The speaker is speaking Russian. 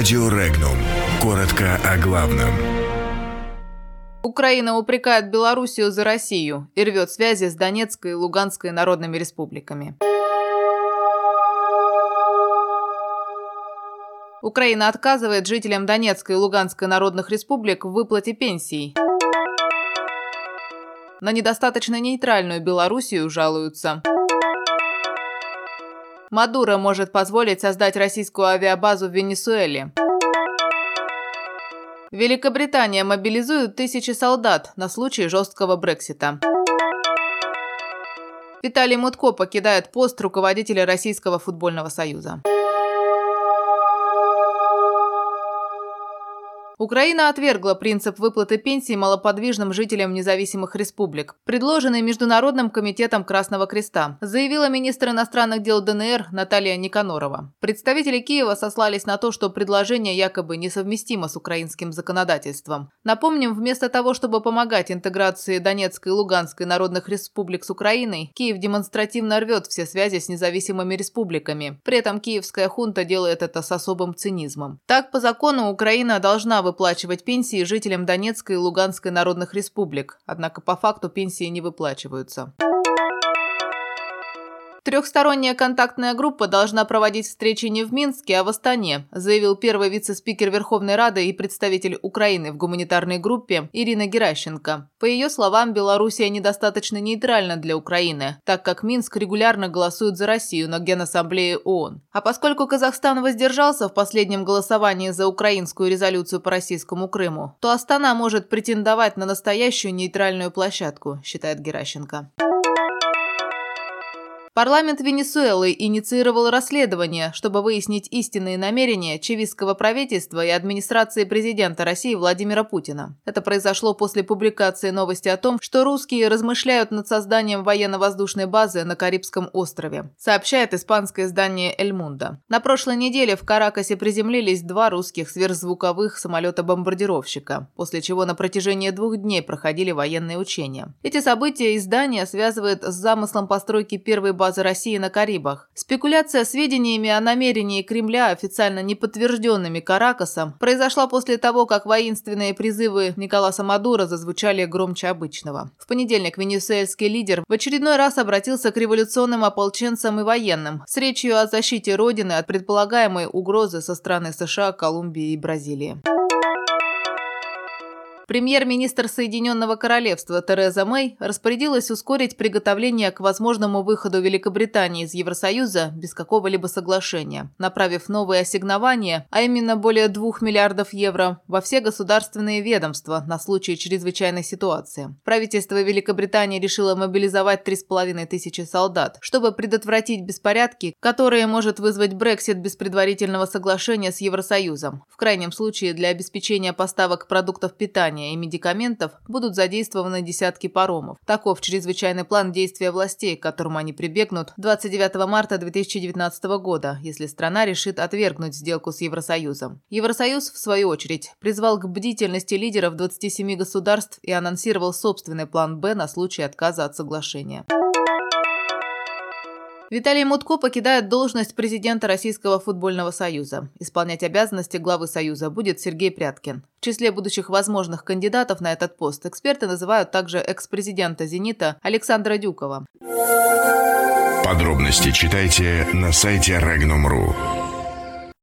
Радио Регнум. Коротко о главном. Украина упрекает Белоруссию за Россию и рвет связи с Донецкой и Луганской народными республиками. Украина отказывает жителям Донецкой и Луганской народных республик в выплате пенсий. На недостаточно нейтральную Белоруссию жалуются. Мадуро может позволить создать российскую авиабазу в Венесуэле. Великобритания мобилизует тысячи солдат на случай жесткого Брексита. Виталий Мутко покидает пост руководителя Российского футбольного союза. Украина отвергла принцип выплаты пенсий малоподвижным жителям независимых республик, предложенный Международным комитетом Красного Креста, заявила министр иностранных дел ДНР Наталья Никанорова. Представители Киева сослались на то, что предложение якобы несовместимо с украинским законодательством. Напомним, вместо того, чтобы помогать интеграции Донецкой и Луганской народных республик с Украиной, Киев демонстративно рвет все связи с независимыми республиками. При этом киевская хунта делает это с особым цинизмом. Так, по закону, Украина должна выплачивать пенсии жителям Донецкой и Луганской народных республик, однако по факту пенсии не выплачиваются. Трехсторонняя контактная группа должна проводить встречи не в Минске, а в Астане, заявил первый вице-спикер Верховной Рады и представитель Украины в гуманитарной группе Ирина Геращенко. По ее словам, Белоруссия недостаточно нейтральна для Украины, так как Минск регулярно голосует за Россию на Генассамблее ООН. А поскольку Казахстан воздержался в последнем голосовании за украинскую резолюцию по российскому Крыму, то Астана может претендовать на настоящую нейтральную площадку, считает Геращенко. Парламент Венесуэлы инициировал расследование, чтобы выяснить истинные намерения чивистского правительства и администрации президента России Владимира Путина. Это произошло после публикации новости о том, что русские размышляют над созданием военно-воздушной базы на Карибском острове, сообщает испанское издание «Эль Мундо». На прошлой неделе в Каракасе приземлились 2 русских сверхзвуковых самолета-бомбардировщика, после чего на протяжении 2 дней проходили военные учения. Эти события издание связывает с замыслом постройки первой базы России на Карибах. Спекуляция сведениями о намерении Кремля, официально не подтвержденными Каракасом, произошла после того, как воинственные призывы Николаса Мадуро зазвучали громче обычного. В понедельник венесуэльский лидер в очередной раз обратился к революционным ополченцам и военным с речью о защите Родины от предполагаемой угрозы со стороны США, Колумбии и Бразилии. Премьер-министр Соединенного Королевства Тереза Мэй распорядилась ускорить приготовление к возможному выходу Великобритании из Евросоюза без какого-либо соглашения, направив новые ассигнования, а именно более 2 миллиардов евро, во все государственные ведомства на случай чрезвычайной ситуации. Правительство Великобритании решило мобилизовать 3500 солдат, чтобы предотвратить беспорядки, которые может вызвать Брексит без предварительного соглашения с Евросоюзом. В крайнем случае для обеспечения поставок продуктов питания и медикаментов будут задействованы десятки паромов. Таков чрезвычайный план действия властей, к которому они прибегнут 29 марта 2019 года, если страна решит отвергнуть сделку с Евросоюзом. Евросоюз, в свою очередь, призвал к бдительности лидеров 27 государств и анонсировал собственный план «Б» на случай отказа от соглашения. Виталий Мутко покидает должность президента Российского футбольного союза. Исполнять обязанности главы союза будет Сергей Пряткин. В числе будущих возможных кандидатов на этот пост эксперты называют также экс-президента «Зенита» Александра Дюкова. Подробности читайте на сайте Regnum.ru.